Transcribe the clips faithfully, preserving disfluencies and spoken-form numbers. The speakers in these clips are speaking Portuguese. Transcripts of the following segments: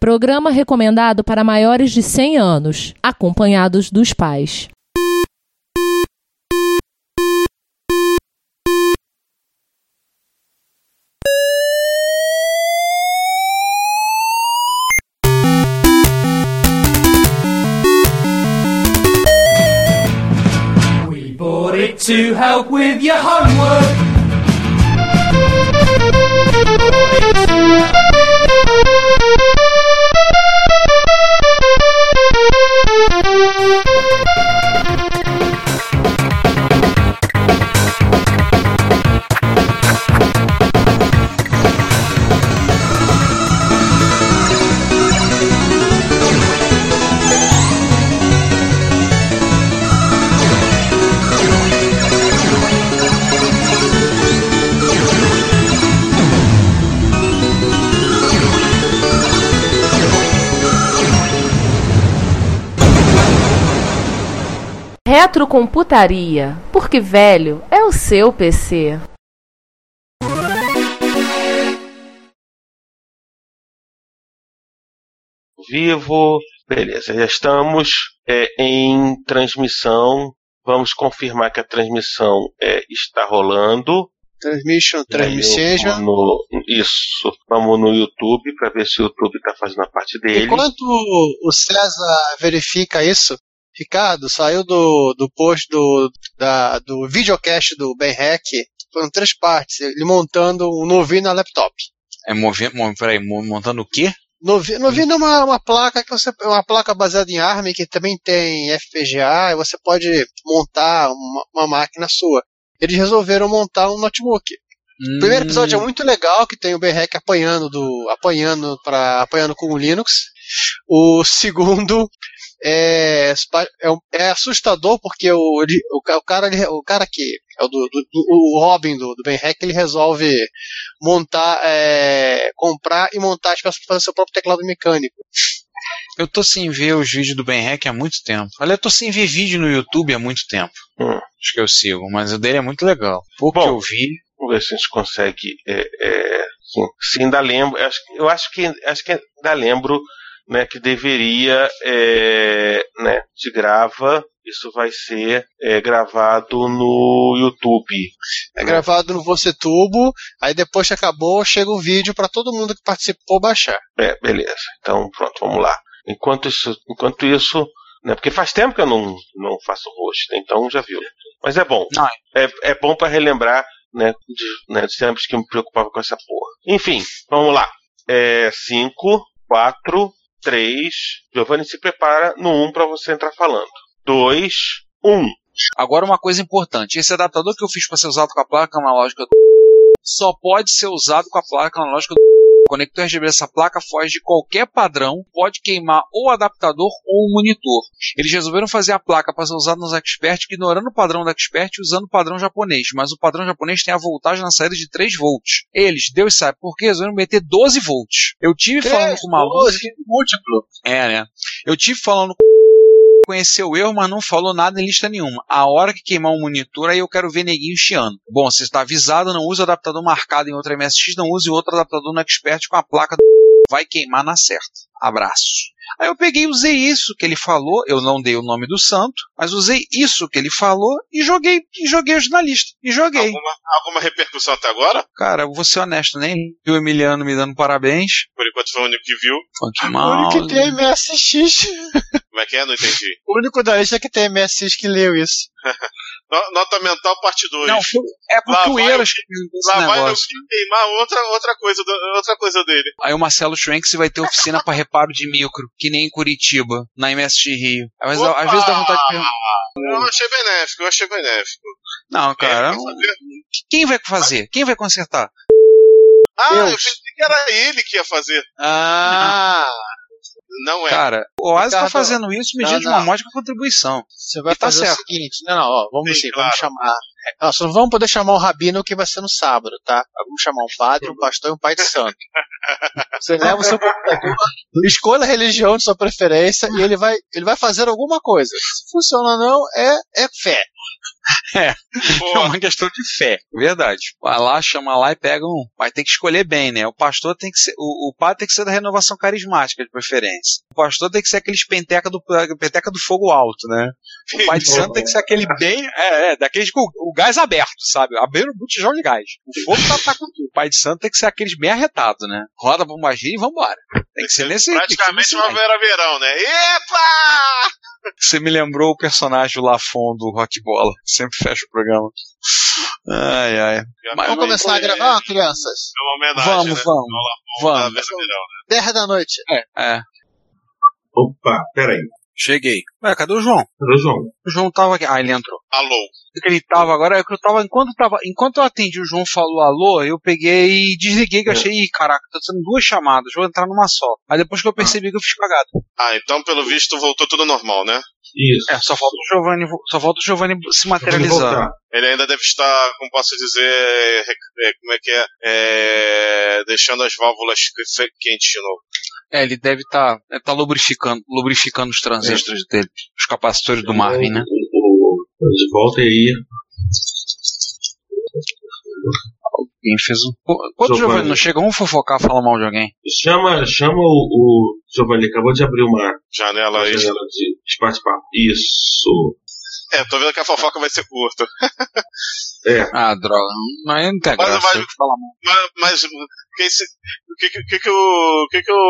Programa recomendado para maiores de cem anos, acompanhados dos pais. We bought it to help with your homework. Retrocomputaria, porque velho é o seu P C. Vivo, beleza, já estamos é, em transmissão. Vamos confirmar que a transmissão é, está rolando. Transmission, transmission. No, isso, vamos no YouTube para ver se o YouTube está fazendo a parte dele. Enquanto o César verifica isso, Ricardo, saiu do, do post do, da, do videocast do BenHack, foram três partes, ele montando um novinho na laptop. É movi- peraí, montando o quê? Novinho, novinho é uma, uma placa que você, uma placa baseada em ARM que também tem F P G A e você pode montar uma, uma máquina sua. Eles resolveram montar um notebook. Hum. O primeiro episódio é muito legal, que tem o BenHack apanhando do, apanhando para apanhando com o Linux. O segundo É, é assustador porque o, o, o, cara, o cara que é o, do, do, o Robin do, do BenHack, ele resolve montar, é, comprar e montar as peças para fazer seu próprio teclado mecânico. Eu tô sem ver os vídeos do BenHack há muito tempo. Olha, eu tô sem ver vídeo no YouTube há muito tempo. Hum. Acho que eu sigo, mas o dele é muito legal. Pouco que eu vi. Vamos ver se a gente consegue. É, é, sim, sim, ainda lembro. Acho, eu acho que, acho que ainda lembro. Né, que deveria, é, né, te grava, isso vai ser é, gravado no YouTube. É, né? Gravado no VocêTubo, aí depois que acabou, chega o vídeo para todo mundo que participou baixar. É, beleza. Então, pronto, vamos lá. Enquanto isso, enquanto isso, né, porque faz tempo que eu não, não faço host, né, então já viu. Mas é bom. Não. É, é bom para relembrar, né, de, né, de tempos que eu me preocupava com essa porra. Enfim, vamos lá. É, cinco, quatro... três, Giovanni se prepara no um para você entrar falando. dois, um. Agora uma coisa importante, esse adaptador que eu fiz para ser usado com a placa analógica do só pode ser usado com a placa analógica do o conector R G B dessa placa foge de qualquer padrão, pode queimar ou o adaptador ou o monitor. Eles resolveram fazer a placa para ser usada nos Expert, ignorando o padrão do Expert e usando o padrão japonês, mas o padrão japonês tem a voltagem na saída de três volts. Eles, Deus sabe por quê, resolveram meter doze volts. Eu tive falando com uma luz múltiplo. É, né? Eu tive falando com conheceu o erro, mas não falou nada em lista nenhuma. A hora que queimar um monitor, aí eu quero ver neguinho chiando. Bom, você está avisado, não use o adaptador marcado em outra M S X, não use outro adaptador no Expert com a placa do vai queimar na certa. Abraço. Aí eu peguei e usei isso que ele falou, eu não dei o nome do santo, mas usei isso que ele falou e joguei, e joguei o jornalista. E joguei. Alguma, alguma repercussão até agora? Cara, eu vou ser honesto, nem vi o Emiliano me dando parabéns. Por enquanto foi o único que viu. Foi mal. O único que tem M S X. Como é que é? Não entendi. O único da lista que tem M S X que leu isso. Nota mental parte dois. Não, é porque o Eiras que lá vai eu queimar outra, outra, coisa, outra coisa dele. Aí o Marcelo Schwenks vai ter oficina para reparo de micro, que nem em Curitiba, na M S X Rio. Mas Opa! Às vezes dá vontade de perguntar. Eu achei benéfico, eu achei benéfico. Não, cara. É, não... Quem vai fazer? Quem vai consertar? Ah, eu, eu pensei que era ele que ia fazer. Ah! Não é. Cara, o Oasis está fazendo isso mediante uma módica contribuição. Você vai e fazer tá o seguinte, não, não, ó, vamos Sim, assim, claro. vamos chamar. Não, só não vamos poder chamar o Rabino que vai ser no sábado, tá? Vamos chamar um padre, um pastor e um pai de santo. Você leva o seu computador, escolha a religião de sua preferência e ele vai, ele vai fazer alguma coisa. Se funciona ou não, é, é fé. É, é uma questão de fé, verdade. Vai lá, chama lá e pega um. Mas tem que escolher bem, né? O pastor tem que ser. O, o padre tem que ser da renovação carismática, de preferência. O pastor tem que ser aqueles penteca do, penteca do fogo alto, né? O pai de santo tem que ser aquele bem. É, é daqueles com o gás aberto, sabe? Abrindo o botijão de gás. O fogo tá atacando tudo. O pai de santo tem que ser aqueles bem arretados, né? Roda pra magia e vambora. Tem, tem que ser nesse. Praticamente uma Vera Verão, né? Epa! Você me lembrou o personagem Lafon do Rock Bola. Sempre fecha o programa. Ai, ai. Mas vamos começar a gravar, crianças? É uma homenagem, vamos, né? vamos. Vamos. Da Vera Verão, né? dez da noite. É, é. Opa, peraí. Cheguei. Ué, cadê o João? Cadê o João? O João tava aqui. Ah, ele entrou. Alô. O que ele tava agora é que eu tava. Enquanto, tava, enquanto eu atendi, o João falou alô, eu peguei e desliguei, que eu achei, ih, caraca, tá sendo duas chamadas, vou entrar numa só. Aí depois que eu percebi que eu fiz cagada. Ah, então pelo visto voltou tudo normal, né? Isso. É, só falta o Giovanni, só falta o Giovanni se materializar. Ele ainda deve estar, como posso dizer, como é que é, é deixando as válvulas quentes de novo. É, ele deve estar tá, tá lubrificando, lubrificando os transistores é. dele, os capacitores do Marvin, né? De volta aí. Alguém fez um. Quando o Giovanni não chega, vamos fofocar, falar mal de alguém. Chama, chama o, o Giovanni, acabou de abrir uma janela aí. Janela de bate-papo. Isso. É, tô vendo que a fofoca vai ser curta. É. Ah, droga. Mas não tem graça. Mas, mas, mas que se, o que que, que, que o. que que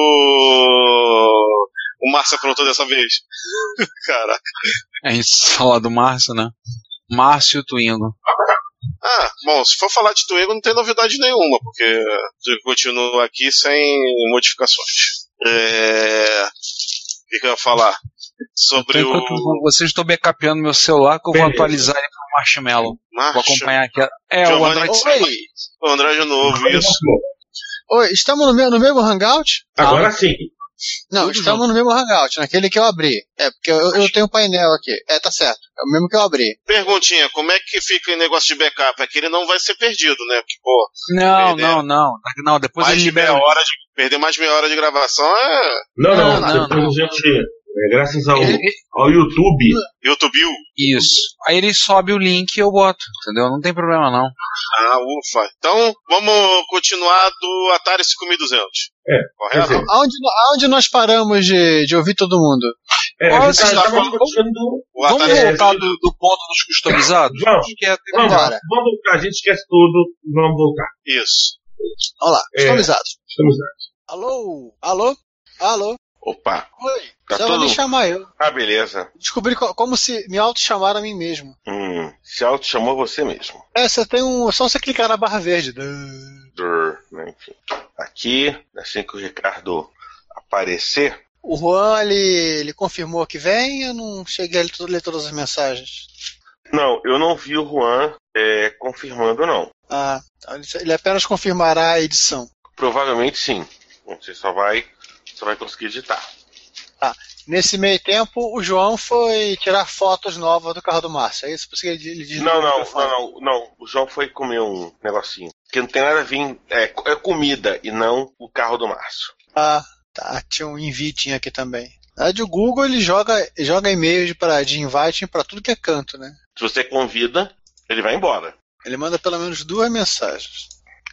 o. O Márcio aprontou dessa vez? Caraca. É isso, falar do Márcio, né? Márcio e o Twingo. Ah, bom, se for falar de Twingo não tem novidade nenhuma, porque eu continuo aqui sem modificações. É... O que, que eu ia falar? Sobre então, o... Vocês estão backupeando meu celular que eu vou Beleza. atualizar ele pro Marshmallow. Marshmallow. Vou acompanhar aqui. É, Giovanni... o Android Oi. O Android novo, isso. Oi, estamos no mesmo, no mesmo Hangout? Agora ah, sim. Não, Tudo estamos junto. no mesmo Hangout, naquele que eu abri. É, porque eu, eu tenho um painel aqui. É, tá certo. É o mesmo que eu abri. Perguntinha, como é que fica o negócio de backup? É que ele não vai ser perdido, né? Porque, pô... Não, perder... não, não. Não, depois mais ele de libera... meia hora de... Perder mais de meia hora de gravação é... Não, não. não, não depois não. a gente... É, graças ao, ao YouTube. YouTube? Isso. Aí ele sobe o link e eu boto, entendeu? Não tem problema, não. Ah, ufa. Então, vamos continuar do Atari cinco mil e duzentos. É. Correto? Aonde, aonde nós paramos de, de ouvir todo mundo? É, Olha, a gente tá, tá, vamos, discutindo... vamos voltar do, do ponto dos customizados? Vamos, vamos, vamos, vamos voltar. A gente esquece tudo e vamos voltar. Isso. Olha lá, customizados. É, customizados. Alô? Alô? Alô? Opa. Oi. Tá Só tudo... me chamar eu. Ah, beleza. Descobri co como se me auto-chamar a mim mesmo. Hum, se auto-chamou você mesmo. É, você tem um... Só você clicar na barra verde. Dur, né, enfim. Aqui, assim que o Ricardo aparecer... O Juan, ele, ele confirmou que vem, eu não cheguei a ler todas as mensagens. Não, eu não vi o Juan é, confirmando, não. Ah, ele apenas confirmará a edição. Provavelmente sim. Você só vai, só vai conseguir editar. Tá. Nesse meio tempo, o João foi tirar fotos novas do carro do Márcio. É isso? Por isso que ele, ele diz não, não, não, não, não. O João foi comer um negocinho. Que não tem nada a ver. É, é comida e não o carro do Márcio. Ah, tá. Tinha um inviting aqui também. Na verdade, o Google ele joga, joga e-mails de, pra, de inviting pra tudo que é canto, né? Se você convida, ele vai embora. Ele manda pelo menos duas mensagens.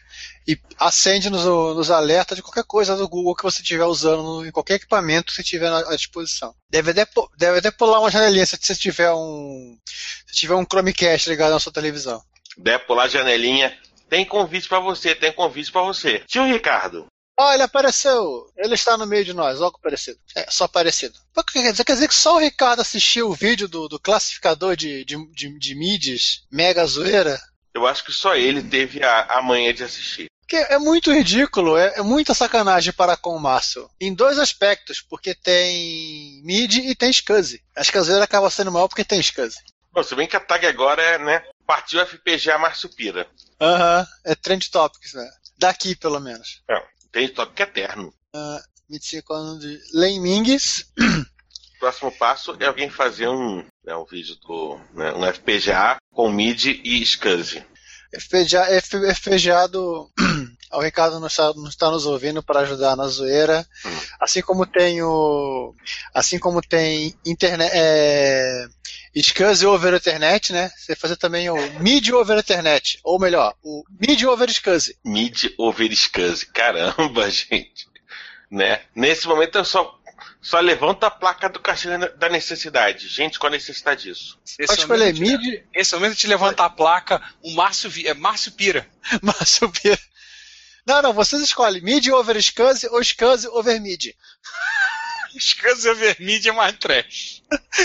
E acende nos, nos alertas de qualquer coisa do Google que você estiver usando no, em qualquer equipamento que você tiver à disposição. Deve até, deve até pular uma janelinha se você tiver um se tiver um Chromecast ligado na sua televisão. Deve pular a janelinha. Tem convite pra você, tem convite pra você. Tio Ricardo. Ó, oh, ele apareceu. Ele está no meio de nós. Ó, que parecido. É, só parecido. Quer dizer, quer dizer que só o Ricardo assistiu o vídeo do, do classificador de, de, de, de mídias mega zoeira? Eu acho que só ele teve a, a manha de assistir. Porque é muito ridículo, é, é muita sacanagem para com o Márcio. Em dois aspectos, porque tem midi e tem SCSI. A SCSI acaba sendo maior porque tem SCSI. Bom, se bem que a tag agora é, né, partiu F P G A Márcio Pira. Aham, uhum, é Trend Topics, né? Daqui, pelo menos. É, Trend Topic eterno. Uh, vinte e cinco anos de Lemmingues. Próximo passo é alguém fazer um, né, um vídeo do, né, um F P G A com midi e SCSI. F P G A, F, FPGA do O Ricardo não está, não está nos ouvindo para ajudar na zoeira. Hum. Assim como tem o. Assim como tem internet. É, SCSI over Ethernet, né? Você fazer também o Mid over Ethernet. Ou melhor, o Mid over SCSI. Mid over SCSI. Caramba, gente. Né? Nesse momento eu só, só levanto a placa do caixinho da necessidade. Gente, qual a necessidade disso? Pode escolher Mid. Esse momento de levantar a placa, o Márcio, é Márcio Pira. Márcio Pira. Não, não, vocês escolhem Mid over SCSI ou SCSI over Mid. SCSI over Mid é mais trash.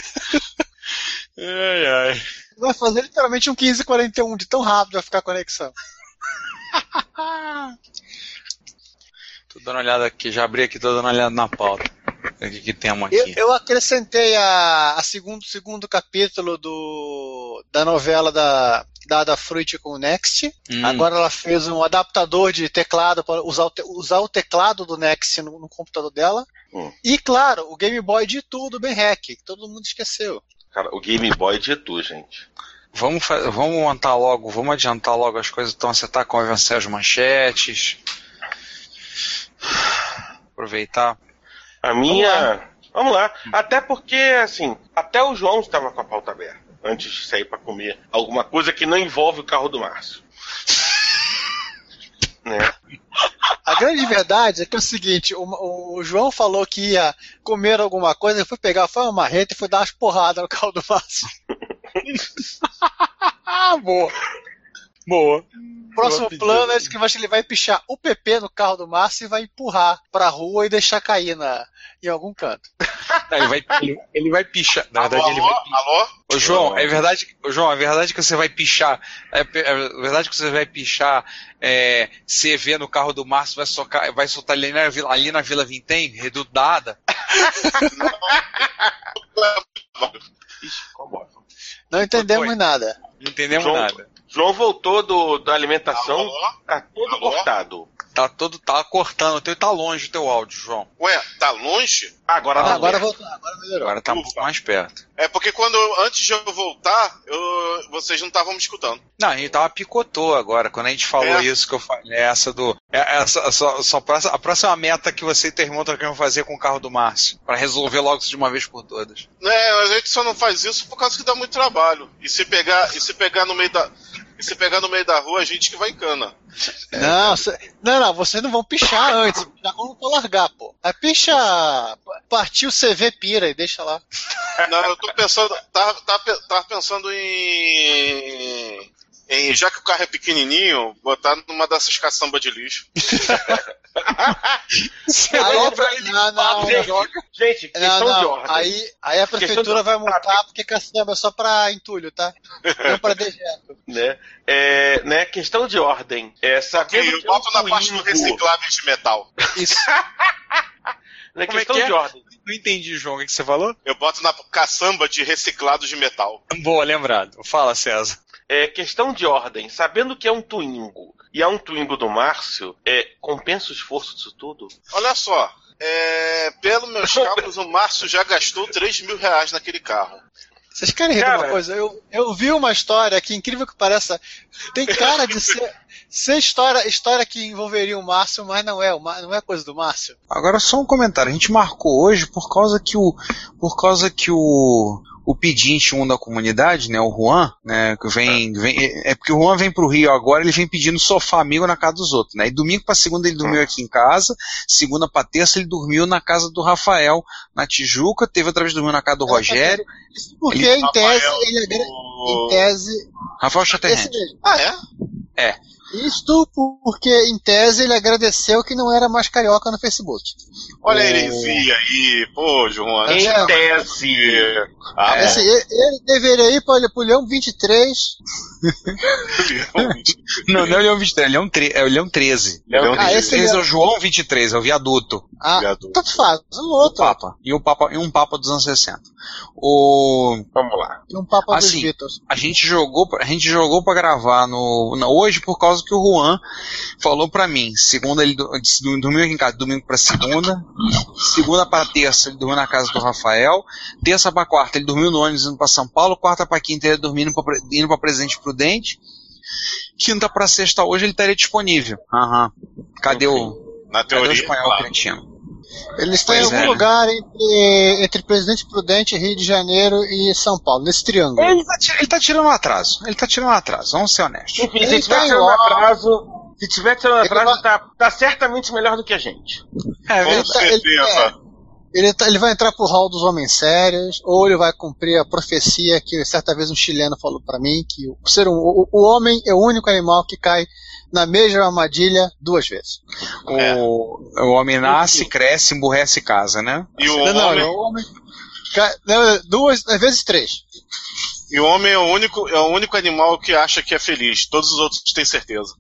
Ai, ai. Vai fazer literalmente um quinze quarenta e um de tão rápido vai ficar a conexão. Tô dando uma olhada aqui, já abri aqui, tô dando uma olhada na pauta. O que, que temos aqui? Eu, eu acrescentei a, a segundo, segundo capítulo do, da novela da, da Adafruit com o Next. Hum. Agora ela fez um adaptador de teclado para usar o, te, usar o teclado do Next no, no computador dela. Hum. E claro, o Game Boy de tudo bem hack, que todo mundo esqueceu. Cara, o Game Boy de tudo, gente. Vamos, vamos montar logo, vamos adiantar logo as coisas, então você tá com as manchetes. Aproveitar. A minha. Vamos lá. Vamos lá. Até porque, assim, até o João estava com a pauta aberta antes de sair para comer alguma coisa que não envolve o carro do Márcio. Né? A grande verdade é que é o seguinte: o, o João falou que ia comer alguma coisa, ele foi pegar, foi uma marreta e foi dar umas porradas no carro do Márcio. Boa. Boa. Próximo Boa plano é que ele vai pichar o P P no carro do Márcio e vai empurrar pra rua e deixar cair na, em algum canto. Não, ele, vai, ele, ele vai pichar. Na verdade, alô, ele vai. Alô? Ô, João, é verdade, ô, João, é verdade que você vai pichar. É, é verdade que você vai pichar é, C V no carro do Márcio, vai, socar, vai soltar ali na, Vila, ali na Vila Vintém, redudada. Não entendemos Foi. nada. Não entendemos João, nada. João voltou do, da alimentação, alô? Tá todo alô? cortado. Tá todo, tá cortando, o teu tá longe o teu áudio, João. Ué, tá longe? Agora ah, tá agora voltou, agora melhorou. Agora tá um pouco mais perto. É porque quando, antes de eu voltar, eu, vocês não estavam me escutando. Não, a gente tava picotou agora, quando a gente falou é. isso que eu falei, essa do... Essa, essa, só, a próxima meta que você e teu irmão estão querendo fazer com o carro do Márcio, pra resolver logo isso de uma vez por todas. É, a gente só não faz isso por causa que dá muito trabalho. E se pegar, e se pegar no meio da... E se pegar no meio da rua, a gente que vai em cana. Não, cê, não, não, vocês não vão pichar antes. Já quando for largar, pô. Aí picha. Partiu C V pira e deixa lá. Não, eu tô pensando. Tava, tava, tava pensando em. Em, já que o carro é pequenininho, botar numa dessas caçambas de lixo. Você aí, pra ele não, não, gente, gente, questão não, não. de ordem. Aí, aí a prefeitura de... vai multar porque caçamba é só pra entulho, tá? Não pra dejeto. Né? É, né? Questão de ordem. É, ok, eu boto na parte do reciclável de metal. Isso. Né? Como Questão é que de é? ordem. Não entendi, João, o que você falou? Eu boto na caçamba de reciclado de metal. Boa, lembrado. Fala, César. É, questão de ordem. Sabendo que é um Twingo e é um Twingo do Márcio, é, compensa o esforço disso tudo? Olha só, é, pelo meus cálculos, o Márcio já gastou três mil reais naquele carro. Vocês querem rir de uma coisa? Eu, eu vi uma história que, incrível que pareça, tem cara de ser, ser história, história que envolveria o Márcio, mas não é, não é coisa do Márcio. Agora só um comentário, a gente marcou hoje por causa que o, por causa que o, o pedinte, um da comunidade, né, o Juan, né, que vem, vem, é porque o Juan vem pro Rio agora, ele vem pedindo sofá amigo na casa dos outros, né, e domingo pra segunda ele dormiu aqui em casa, segunda pra terça ele dormiu na casa do Rafael, na Tijuca, teve outra vez dormiu na casa do é, Rogério. Porque ele, em tese, Rafael, ele agra... o... em tese... Rafael Chatterrand. Ah, é? É. Isto porque, em tese, ele agradeceu que não era mais carioca no Facebook. Olha a heresia aí, pô, João. Em é, tese. Ah, é. Esse, ele, ele deveria ir para o Leão vinte e três. Não, não é o Leão vinte e três, é o Leão, tre- é o Leão treze. Leão ah, esse é o João vinte e três, é o viaduto. Ah, viaduto. tanto faz, um outro. O Papa. E, o Papa, e um Papa dos anos sessenta. O... Vamos lá. E um Papa assim, dos Beatles. A gente jogou, a gente jogou pra gravar no, no, hoje por causa que o Juan falou pra mim. Segunda ele dormiu aqui em casa, domingo pra segunda. Segunda pra terça ele dormiu na casa do Rafael. Terça pra quarta ele dormiu no ônibus indo pra São Paulo. Quarta pra quinta ele dormindo pra, indo pra Presidente Prudente. quinta pra sexta hoje ele estaria disponível. Aham. Cadê o... Na teoria, cadê o espanhol claro. cretino? Ele está Pois em algum é. lugar entre, entre Presidente Prudente, Rio de Janeiro e São Paulo, nesse triângulo. Ele tá, ele tá tirando um atraso. Ele tá tirando um atraso, vamos ser honestos. Enfim, se Ele tiver tá em tirando loco. atraso, se tiver tirando Ele atraso, vai- tá, tá certamente melhor do que a gente. É Ele, verdade. tá- ele- certeza. é, ele tá- ele vai entrar pro hall dos homens sérios, ou ele vai cumprir a profecia que certa vez um chileno falou pra mim, que o, ser um, o, o homem é o único animal que cai na mesma armadilha duas vezes. É. O, o homem nasce, cresce, emburrece e casa, né? E o não, não, homem, o homem cai, não, duas, às vezes três. e o homem é o único, é o único animal que acha que é feliz. Todos os outros têm certeza.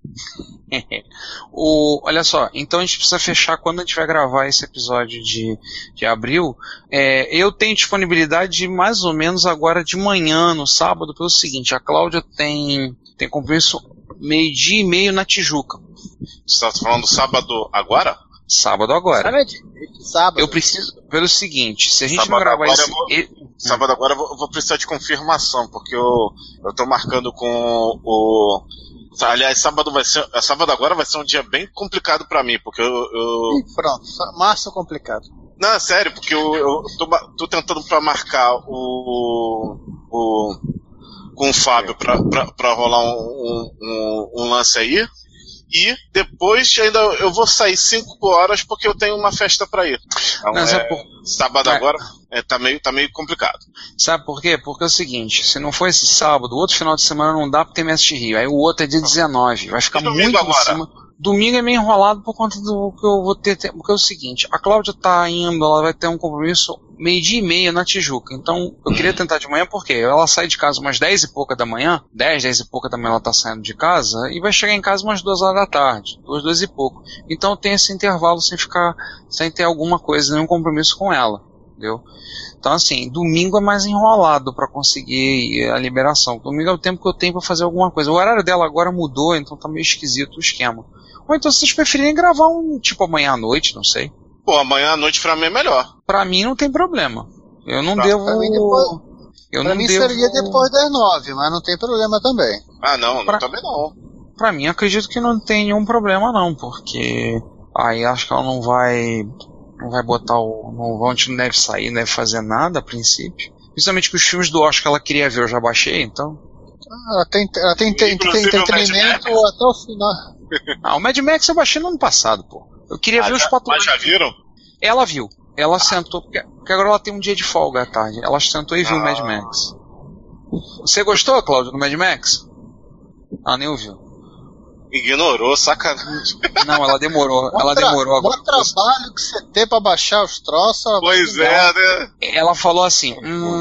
O, olha só, então a gente precisa fechar quando a gente vai gravar esse episódio de, de abril. É, eu tenho disponibilidade de mais ou menos agora de manhã, no sábado, pelo seguinte: a Cláudia tem, tem compromisso meio-dia e meio na Tijuca. Você tá falando sábado agora? Sábado agora. Sabe, sábado. Eu preciso, pelo seguinte, se a gente Sábado não gravar agora esse. eu vou- e- Sábado agora eu vou, eu vou precisar de confirmação, porque eu, eu tô marcando com o... Aliás, sábado vai ser, sábado agora vai ser um dia bem complicado pra mim, porque eu... eu Ih, pronto, março é complicado. não, é sério, porque eu, eu tô, ma- tô tentando pra marcar o... o com o Fábio pra, pra, pra rolar um, um, um, um lance aí. E depois ainda eu vou sair cinco horas porque eu tenho uma festa pra ir. Então, Não, é, sabe por- sábado É. agora é, tá, meio, tá meio complicado. Sabe por quê? Porque é o seguinte, se não for esse sábado, o outro final de semana não dá porque tem Mestre Rio. Aí o outro é dia dezenove, vai ficar E domingo muito em agora? cima. Domingo é meio enrolado por conta do que eu vou ter, ter- porque é o seguinte, a Cláudia tá indo, ela vai ter um compromisso meio-dia e meia na Tijuca. Então, eu queria tentar de manhã porque ela sai de casa umas dez e pouca da manhã, dez, dez e pouca da manhã ela tá saindo de casa e vai chegar em casa umas duas horas da tarde, duas, duas e pouco. Então, tem esse intervalo sem ficar, sem ter alguma coisa, nenhum compromisso com ela, entendeu? Então, assim, domingo é mais enrolado pra conseguir a liberação. Domingo é o tempo que eu tenho pra fazer alguma coisa. O horário dela agora mudou, então tá meio esquisito o esquema. Ou então vocês preferirem gravar um tipo amanhã à noite, não sei. Pô, amanhã à noite pra mim é melhor. Pra mim não tem problema. Eu não Pra- devo. pra mim depois- eu Pra não mim devo. seria depois das nove, mas não tem problema também. Ah, não, não Pra- também não. Pra mim, acredito que não tem nenhum problema não, porque aí acho que ela não vai. Não vai botar o. Não, a gente não deve sair, não deve fazer nada a princípio. Principalmente que os filmes do Oscar que ela queria ver eu já baixei, então. Ela tem, ela tem, tem, tem Inclusive o entretenimento Mad Max. até o final. Ah, o Mad Max eu baixei no ano passado, pô. Eu queria Ah, ver os já- patrões. mas já viram? Ela viu. Ela sentou, porque, porque agora ela tem um dia de folga à tarde. Ela sentou e viu o Ah. Mad Max. Você gostou, Cláudio, do Mad Max? Ah, nem ouviu. Ignorou, sacanagem. Não, ela demorou. Mó ela tra- demorou agora. mó trabalho que você tem pra baixar os troços. ela vai Pois pegar. é, né? Ela falou assim,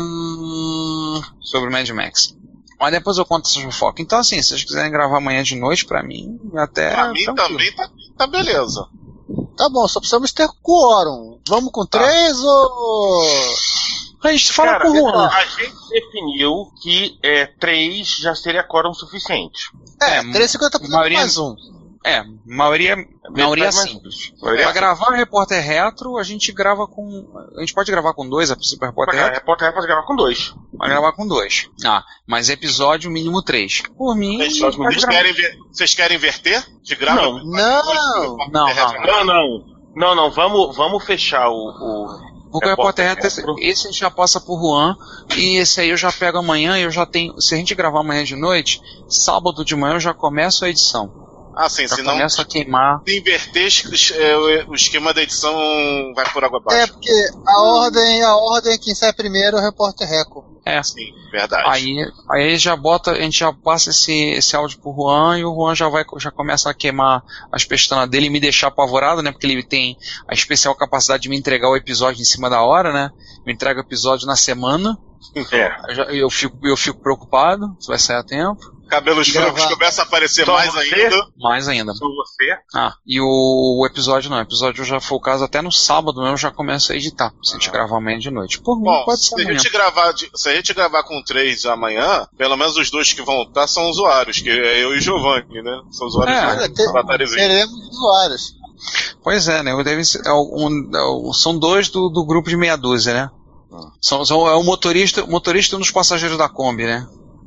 hum, sobre o Mad Max. Mas depois eu conto essa fofoca. Então, assim, se vocês quiserem gravar amanhã de noite, pra mim, até. Pra mim tranquilo. também tá, tá beleza. Tá bom, só precisamos ter quórum. Vamos com três ou. A gente fala Cara, com o Juan. a gente definiu que é, três já seria quórum suficiente. É, É, três e cinquenta por cento maioria- mais um. É, maioria, maioria faz mais- simples. maioria Pra simples. gravar Repórter Retro, a gente grava com. A gente pode gravar com dois, a princípio Repórter Pra Retro. repórter vai gravar com dois. Vai gravar com dois. Ah, mas episódio mínimo três. Por mim. Vocês, pode vocês gravar. querem, ver- vocês querem inverter? De grava? Não. Não. Não, não. Não, não. Não, não. Vamos, vamos fechar o. o... Porque o Repórter Retro, Retro. esse a gente já passa por Juan. E esse aí eu já pego amanhã e eu já tenho. Se a gente gravar amanhã de noite, sábado de manhã eu já começo a edição. Ah, sim, Já se não começo a queimar. se inverter, es- é, o- o esquema da edição vai por água É, abaixo. porque a ordem, a ordem, quem sai primeiro é o repórter Record. É. Sim, verdade. Aí, aí já bota, a gente já passa esse, esse áudio pro Juan e o Juan já vai, já começa a queimar as pestanas dele e me deixar apavorado, né? Porque ele tem a especial capacidade de me entregar o episódio em cima da hora, né? Me entrega o episódio na semana. É. Eu, já- eu fico, eu fico preocupado se vai sair a tempo. Cabelos E brancos gravar. começam a aparecer Só mais você? ainda. Mais ainda. Sou você. Ah, e o, o episódio não. O episódio já foi o caso até no sábado mesmo, eu já começo a editar. Se a gente gravar amanhã de noite. Por mim, Bom, pode se ser a, amanhã. gente gravar de- se a gente gravar com três amanhã, pelo menos os dois que vão estar são usuários, que é eu e o Giovanni, né? São usuários É, do Olha, te- Atarizinho. teremos usuários. Pois é, né? Deve ser, é o- um- é o- são dois do, do grupo de meia dúzia, né? São, são, é o motorista, o motorista e um dos passageiros da Kombi, né?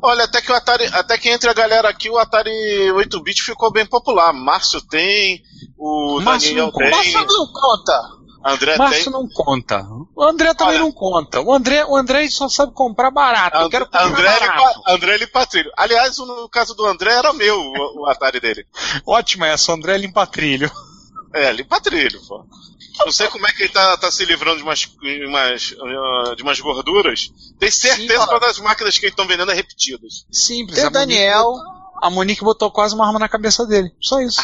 Olha, até que o Atari, até que entre a galera aqui, o Atari oito bit ficou bem popular. Márcio tem, o Márcio Daniel não tem. Márcio não conta. André Márcio tem. não conta. O André também Olha, não conta. O André, o André só sabe comprar barato. Eu quero comprar André, barato. Ele, André Limpatrilho. Aliás, no caso do André, era meu o, o Atari dele. Ótimo essa, o André Limpatrilho. É, Limpatrilho, pô. Não sei como é que ele tá, tá se livrando de umas, umas, de umas gorduras. Tenho certeza Sim, que todas as máquinas que eles estão vendendo é repetidas. Simples. Tem a o Daniel. Monique, a Monique botou quase uma arma na cabeça dele. Só isso.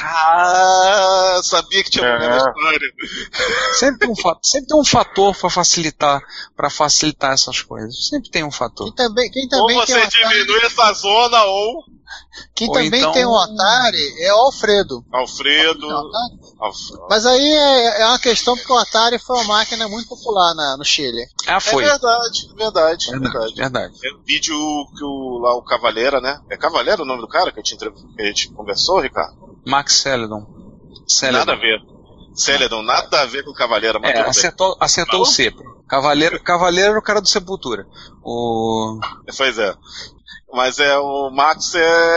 Ah, sabia que tinha É. mulher na história. Sempre tem um fator, sempre tem um fator para facilitar, para facilitar essas coisas. Sempre tem um fator. Quem também, quem Ou também tem você um Atari, diminui essa zona, ou quem ou também então- tem um Atari é o Alfredo. Alfredo. Não, tá? Alf- Mas aí é, é uma questão porque o Atari foi uma máquina muito popular na, no Chile. Ah, É foi. verdade, verdade, Verdade, verdade. verdade. É o vídeo que o, lá o Cavaleira, né? É Cavaleira o nome do cara que a gente, entre- que a gente conversou, Ricardo? Max Celedon. Celedon. Nada a ver. Celedon, nada a ver com Cavaleira, mas É, tudo bem. acertou, acertou o C. Cavaleiro, Cavaleiro era o cara do Sepultura. O... Pois é. Mas é o Max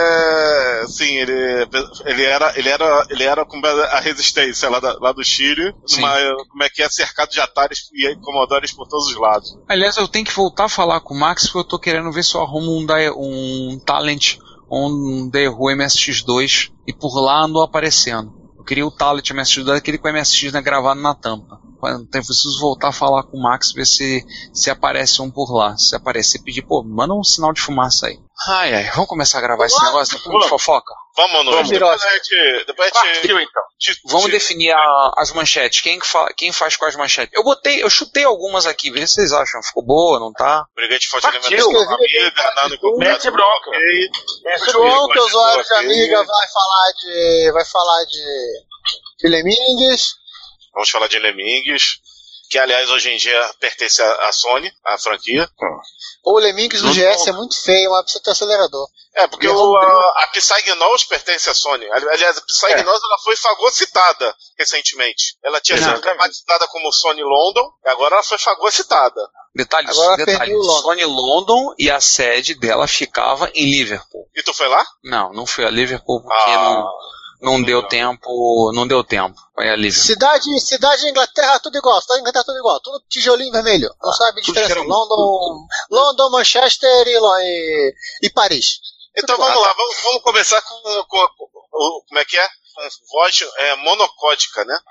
é sim, ele, ele era ele era ele era como a resistência lá, da, lá do Chile, numa, como é que é cercado de Ataris e Commodores por todos os lados. Aliás, eu tenho que voltar a falar com o Max porque eu tô querendo ver se eu arrumo um, da- um Talent um Daewoo M S X dois e por lá andou aparecendo. Eu queria o Talent M S X dois, aquele com o M S X né, gravado na tampa. Então, eu preciso voltar a falar com o Max, ver se, se aparece um por lá. Se aparecer, pedir, pô, manda um sinal de fumaça aí. Ai, ai, vamos começar a gravar esse negócio depois de fofoca? Vamos, Nuno. Depois a gente. Depois a gente Partiu, então. te- Vamos te- definir a- as manchetes. Quem, que fa- quem faz com as manchetes? Eu botei, eu chutei algumas aqui, vê se vocês acham. Ficou boa, não tá? Brigante Forte Partiu. Alimentação com amiga, Nano com Mete bronca. ok. O João, que é usuário de Amiga, vai falar de. vai falar de. de Lemingues. Vamos falar de Lemingues, que aliás hoje em dia pertence à à Sony, a franquia. Ou o Lemingues do Não, G S não. é muito feio, mas precisa ter acelerador. É, porque E o, é a, a Psygnosis pertence à Sony. Ali- Aliás, a Psygnosis ela foi fagocitada recentemente. Ela tinha sido Exatamente. batizada como Sony London, e agora ela foi fagocitada. Detalhe, Agora detalhe. perdeu o London. Sony London e a sede dela ficava em Liverpool. E tu foi lá? Não, não foi a Liverpool porque Ah, não, não deu não. tempo, não deu tempo. Foi a Liverpool. Cidade, cidade de Inglaterra, tudo igual. Cidade de Inglaterra, tudo igual. Tudo tijolinho vermelho. Não sabe a diferença. cheiro- London, London, Manchester e, Lo- e, e Paris. Então vamos lá, vamos, vamos começar com, com, com- o- como é que é? Com voz é, monocódica, né?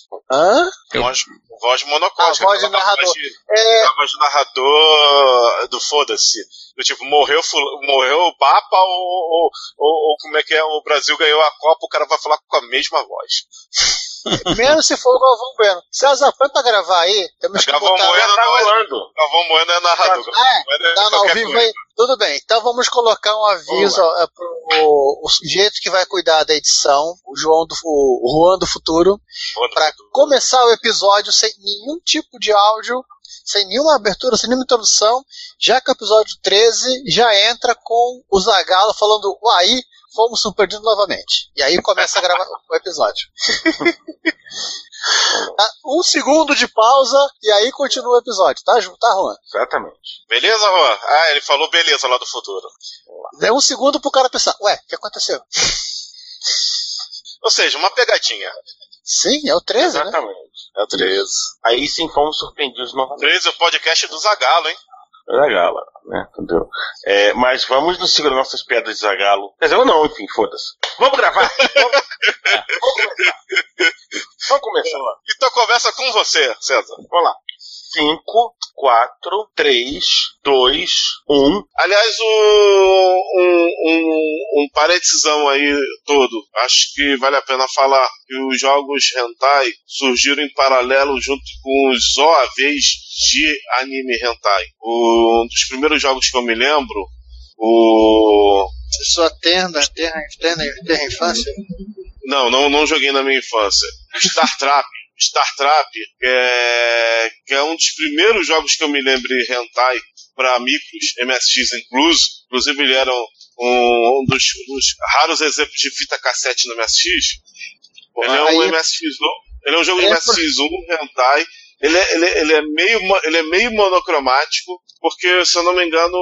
Hã? Eu- Voz, voz monocódica. A voz de aquela narrador. voz de- É, a voz do narrador do foda-se. Do tipo, morreu, ful- morreu o Papa ou, ou, ou, ou como é que é? O Brasil ganhou a Copa, o cara vai falar com a mesma voz. menos se for o Galvão Bueno. César, põe pra gravar aí. Temos que Galvão botar... Bueno Tá não é. rolando. Galvão Bueno é narrador. Galvão É, Bueno é tá no ao qualquer vivo coisa. aí. Tudo bem, então vamos colocar um aviso ó, é, pro o sujeito que vai cuidar da edição, o João do o Juan do Futuro, Foda-se. para começar o episódio sem nenhum tipo de áudio, sem nenhuma abertura, sem nenhuma introdução, já que o episódio treze já entra com o Zagalo falando, uai, fomos surpreendidos novamente. E aí começa a gravar o episódio. Tá? Um segundo de pausa e aí continua o episódio, tá, Ju? Tá, Juan? Exatamente. Beleza, Juan? Ah, ele falou beleza lá do futuro. É um segundo pro cara pensar, ué, o que aconteceu? Ou seja, uma pegadinha. Sim, é o treze, né? Exatamente. É o treze. Aí sim fomos surpreendidos novamente. treze é o podcast do Zagalo, hein? Zagalo, né? Entendeu? É, mas vamos nos segurar nossas pedras de Zagalo. Quer dizer, ou não, enfim, foda-se. Vamos gravar? Vamos, é, vamos começar. Vamos começar. Então conversa com você, César. Vamos lá. cinco, quatro, três, dois, um. Aliás, o, um, um, um parêntesão aí todo. Acho que vale a pena falar que os jogos hentai surgiram em paralelo junto com os O A Vs de anime hentai. O, um dos primeiros jogos que eu me lembro, o... Sua terra, terra, terra, terra infância. Não, não, não joguei na minha infância. Star Trap. Star Trap, é, que é um dos primeiros jogos que eu me lembro de hentai para micros, M S X incluso. Inclusive ele era um, um dos, dos raros exemplos de fita cassete no M S X. Ele é um Aí- M S X um, ele é um jogo É M S X um hentai Ele é, ele, ele, é meio, ele é meio monocromático, porque, se eu não me engano,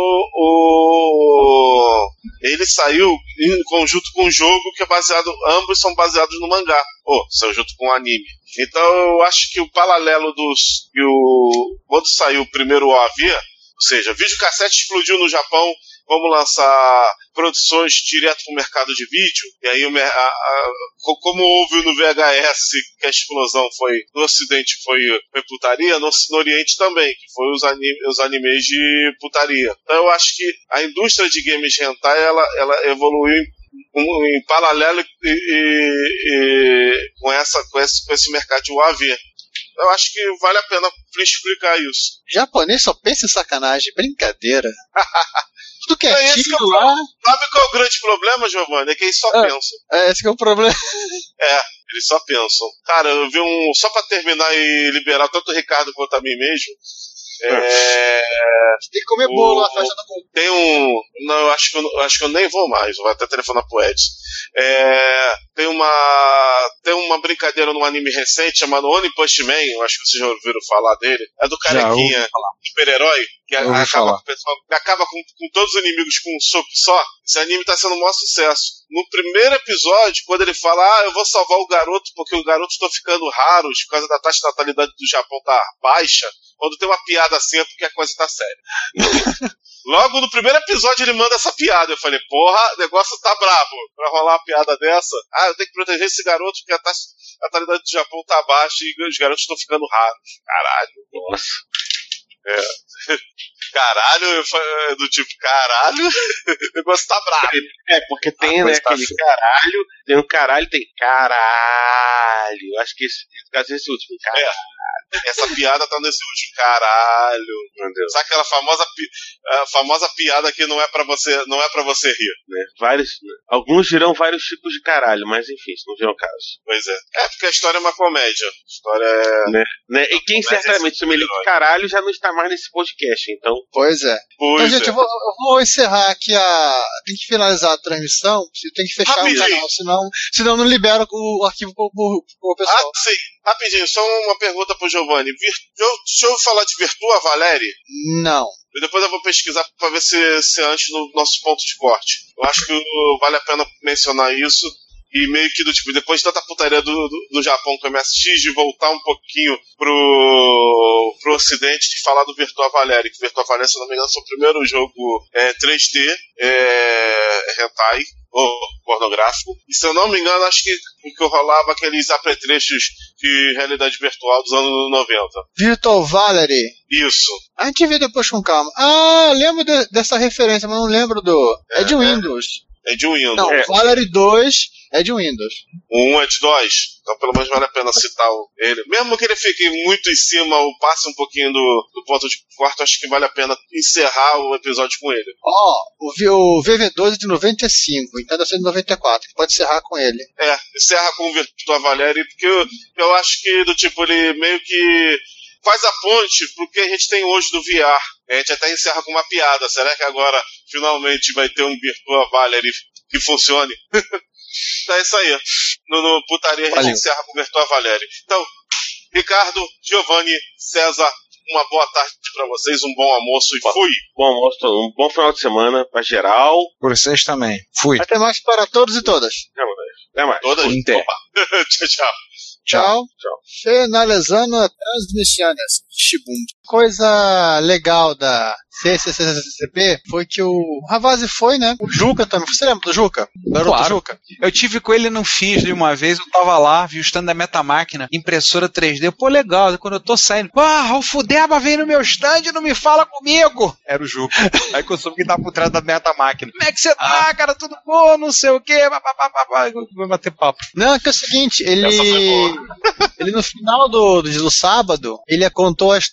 o... ele saiu em conjunto com um jogo que é baseado, ambos são baseados no mangá, ou saiu junto com o anime. Então eu acho que o paralelo dos... Que o, quando saiu o primeiro O A V, ou seja, videocassete explodiu no Japão, vamos lançar produções direto para o mercado de vídeo, e aí a, a, como houve no V H S que a explosão foi no Ocidente foi, foi putaria, no, no Oriente também, que foi os, anime, os animes de putaria. Então eu acho que a indústria de games hentai ela, ela evoluiu em, um, em paralelo e, e, e, com, essa, com, esse, com esse mercado de U A V. Eu acho que vale a pena explicar isso. O japonês só pensa em sacanagem, brincadeira. Tudo quietinho é esse que é o, lá. Sabe qual é o grande problema, Giovanni? É que eles só é, pensam. É, esse que é o problema. É, eles só pensam. Cara, eu vi um... Só pra terminar e liberar tanto o Ricardo quanto a mim mesmo... É... Tem que comer o, bolo na festa da bolo. Tem um... Não, eu acho que eu, acho que eu nem vou mais. Eu vou até telefonar pro Edson. É... Tem uma... Tem uma brincadeira num anime recente chamado One Punch Man. Eu acho que vocês já ouviram falar dele. É do carequinha, super-herói. Que acaba, com, acaba com, com todos os inimigos com um soco só. Esse anime tá sendo um maior sucesso. No primeiro episódio, quando ele fala, ah, eu vou salvar o garoto porque os garotos estão ficando raros por causa da taxa de natalidade do Japão tá baixa, quando tem uma piada assim é porque a coisa tá séria. Logo no primeiro episódio ele manda essa piada. Eu falei, porra, o negócio tá brabo. Pra rolar uma piada dessa, ah, eu tenho que proteger esse garoto porque a taxa de natalidade do Japão tá baixa e os garotos estão ficando raros. Caralho. Nossa. É. Caralho, eu, do tipo, caralho, o negócio tá bravo. É, porque tem, né, aquele tá caralho, tem um caralho, tem caralho. Acho que esse, esse, esse último, caralho. É, essa piada tá nesse último, caralho. Meu Deus. Sabe aquela famosa, a famosa piada que não é pra você, não é pra você rir, né? Vários, alguns dirão vários tipos de caralho, mas enfim, isso não vem ao caso. Pois é. É, porque a história é uma comédia. A história é... Né? Né? E quem certamente se humilhou com caralho já não está mais nesse podcast, então... Pois é. Pois então, gente, é. Eu, vou, eu vou encerrar aqui a... Tem que finalizar a transmissão, tem que fechar Rapidinho. o canal, senão, senão não libera o arquivo pro, pro, pro pessoal. Ah, sim. Rapidinho, só uma pergunta pro Giovanni. Vir... Deixa eu falar de Virtua Valeri? Não. E depois eu vou pesquisar pra ver se, se antes no nosso ponto de corte. Eu acho que vale a pena mencionar isso. E meio que do tipo, depois de tanta putaria do, do, do Japão com o M S X, de voltar um pouquinho pro, pro ocidente, de falar do Virtua Valeri. Que Virtua Valeri, se não me engano, foi o primeiro jogo é, três D, é, hentai, ou pornográfico. E se eu não me engano, acho que, que eu rolava aqueles apetrechos de realidade virtual dos anos noventa. Virtua Valeri? Isso. A gente vê depois com calma. Ah, lembro de, dessa referência, mas não lembro do... É, é de Windows. É, é de Windows. Não, é. Valeri dois é de Windows. O um é de DOS. Então pelo menos vale a pena citar ele. Mesmo que ele fique muito em cima ou passe um pouquinho do, do ponto de corte, acho que vale a pena encerrar o episódio com ele. Ó, oh, o V V dois é de noventa e cinco, então deve ser de noventa e quatro. Pode encerrar com ele. É, encerra com o Virtua Valeri, porque eu, eu acho que do tipo, ele meio que faz a ponte pro que a gente tem hoje do V R. A gente até encerra com uma piada. Será que agora finalmente vai ter um Virtua Valeri que funcione? Então é isso aí. No, no Putaria a gente Valeu. encerra com o Virtua Valeri. Então, Ricardo, Giovanni, César, uma boa tarde pra vocês, um bom almoço e fui. Bom almoço, um bom final de semana pra geral. Por vocês também. Fui. Até mais para todos e todas. Até mais. Todas? Opa. Tchau, tchau. Tchau. Tchau. Finalizando a transmissão Shibum. Coisa legal da C C C C P foi que o Ravazzi foi, né? O Juca também. Você lembra do Juca? O garoto claro. Juca? Eu tive com ele no F I S de uma vez, eu tava lá, vi o stand da Metamáquina, impressora três D. Pô, legal. Quando eu tô saindo, ah, o Fudeba vem no meu stand e não me fala comigo. Era o Juca. Aí que eu soube que tava por trás da Metamáquina. Como é que você tá, cara? Tudo bom? Não sei o quê. Vou bater papo. Não, é que é o seguinte, ele... ele no final do, do, do sábado, ele contou a história de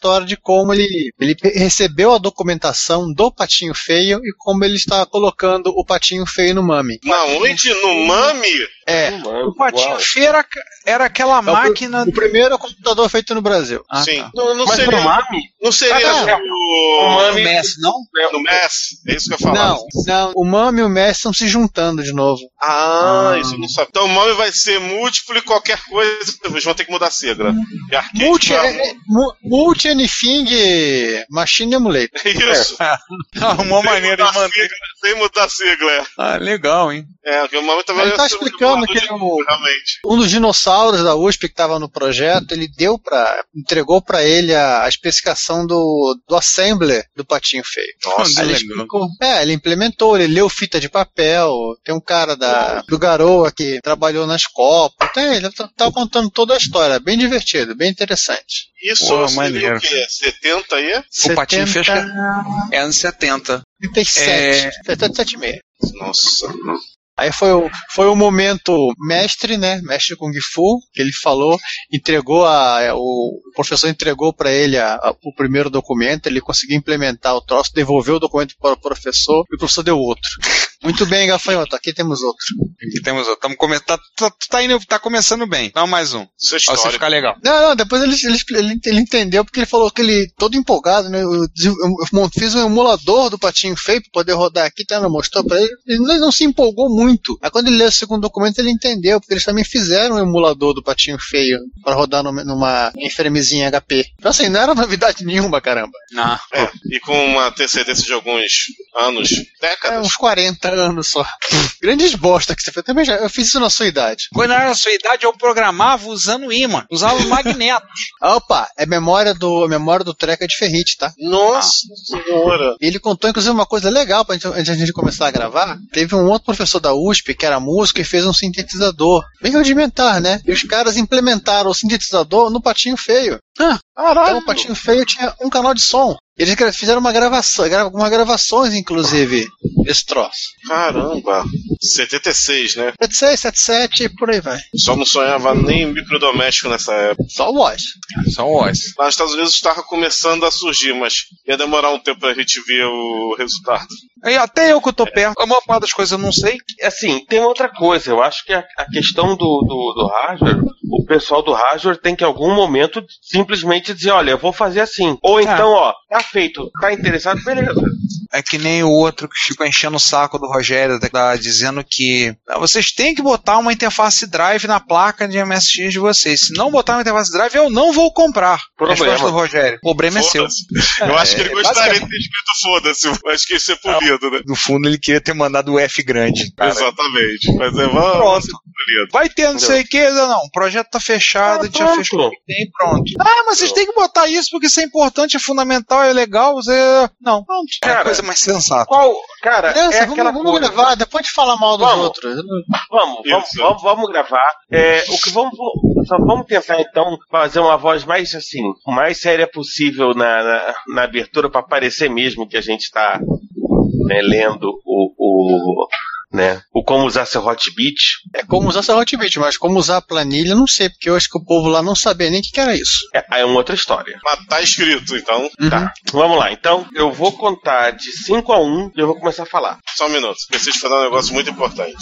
como ele, ele recebeu a documentação do Patinho Feio e como ele está colocando o Patinho Feio no Mami. Não, onde? No Mami? É. O Patinho Feio era, era aquela máquina... O, o primeiro computador feito no Brasil. Ah, Sim. Tá. Não, não Mas seria... no Mami? Não seria Ah, o... O Mami... No M S, não? No M S? É isso que eu ia falar. Não, não. O Mami e o Messi estão se juntando de novo. Ah, Ah. isso eu não sabe. Então o Mami vai ser múltiplo e qualquer coisa. Eles vão ter que mudar a sigla. E arcade Multi, pra- é, é, mu- multi Anything Machine Emulator. Isso. Arrumou Sem maneira mudar de a manter. sigla, Sem mudar a sigla, é. Ah, legal, hein? É, porque o Mami também Ele tá vai ser um explicando emulador que de o- tudo, realmente. Um dos dinossauros da U S P que estava no projeto, ele deu para, entregou para ele a, a especificação do, do assembler do Patinho Feio. Nossa, Aí ele legal. explicou. É, ele implementou, ele leu fita de papel. Tem um cara da, do Garoa que trabalhou nas Copas. Tem, ele tá, tá contando toda a história. Bem divertido, bem interessante. Isso Pô, seria maneiro. o quê? setenta aí? O Patinho Feio setenta, é anos setenta. trinta e sete, setenta e sete e meio. Nossa. Aí foi o, foi o momento mestre, né? Mestre Kung Fu, que ele falou, entregou a, o, o professor entregou para ele a, a, o primeiro documento, ele conseguiu implementar o troço, devolveu o documento para o professor e o professor deu outro. Muito bem, Gafanhoto, aqui temos outro. Aqui temos outro. Tamo come... tá, tá, tá, indo, tá começando bem. Então mais um. Isso é Pra você história. ficar legal. Não, não, depois ele, ele, ele, ele entendeu, porque ele falou que ele, todo empolgado, né? Eu, eu, eu fiz um emulador do Patinho Feio para poder rodar aqui, tá? Mostrou para ele, ele não, não se empolgou muito. Aí quando ele leu o segundo documento, ele entendeu, porque eles também fizeram um emulador do Patinho Feio para rodar numa, numa framezinha H P. Então assim, não era novidade nenhuma, caramba. Ah. É, e com uma antecedência de alguns anos, É, décadas. uns quarenta anos só. Grandes bosta que você fez. Também já, eu fiz isso na sua idade. Quando era na sua idade, eu programava usando imã. Usava magnetos. Opa, é memória do, memória do Treca de Ferrite, tá? Nossa senhora. Ele contou, inclusive, uma coisa legal pra gente, antes da gente começar a gravar. Teve um outro professor da U S P, que era músico, e fez um sintetizador. Bem rudimentar, né? E os caras implementaram o sintetizador no Patinho Feio. Ah, Então o Patinho Feio tinha um canal de som. Eles gra- fizeram uma gravação, gra- algumas gravações, inclusive, desse troço. Caramba. setenta e seis, né? setenta e seis, setenta e sete e por aí vai. Só não sonhava nem microdoméstico nessa época. Só o voz. são voz. Lá nos Estados Unidos estava começando a surgir, mas ia demorar um tempo pra gente ver o resultado. E até eu que eu tô perto, a maior parte das coisas eu não sei. Assim, tem outra coisa. Eu acho que a, a questão do, do, do hardware, o pessoal do hardware tem que em algum momento simplesmente dizer, olha, eu vou fazer assim. Ou então, ó, tá feito, tá interessado, beleza. É que nem o outro que ficou enchendo o saco do Rogério, tá dizendo que ah, vocês têm que botar uma interface drive na placa de M S X de vocês. Se não botar uma interface drive, eu não vou comprar. Problema. Resposta do Rogério. O problema é seu. Foda-se. Eu acho que ele É, gostaria de basicamente- ter escrito foda-se. Eu acho que ia ser polido, né? No fundo, ele queria ter mandado o F grande. cara. Exatamente. Mas é, vamos Pronto. ser polido. Vai ter não sei o que, não. O projeto tá fechado, Ah, a gente já pronto. fechou o que tem, pronto. Ah, mas vocês têm que botar isso porque isso é importante, é fundamental, é legal. Você... Não, pronto. É a Cara, coisa mais sensata. Qual, cara, Beleza, é vamos, aquela vamos coisa. gravar, depois de falar mal dos Vamos. outros. Vamos, vamos, Isso. vamos, vamos gravar. É, o que vamos, só vamos tentar então fazer uma voz mais assim, mais séria possível na, na, na abertura para parecer mesmo que a gente está né, lendo o, o, né, o como usar seu Hotbit. É como usar essa Hotbit, mas como usar a planilha, eu não sei, porque eu acho que o povo lá não sabia nem o que, que era isso. É, aí é uma outra história. Mas tá escrito, então. Tá, vamos lá. Então eu vou contar de cinco a um e eu vou começar a falar. Só um minuto. Preciso de fazer um negócio muito importante.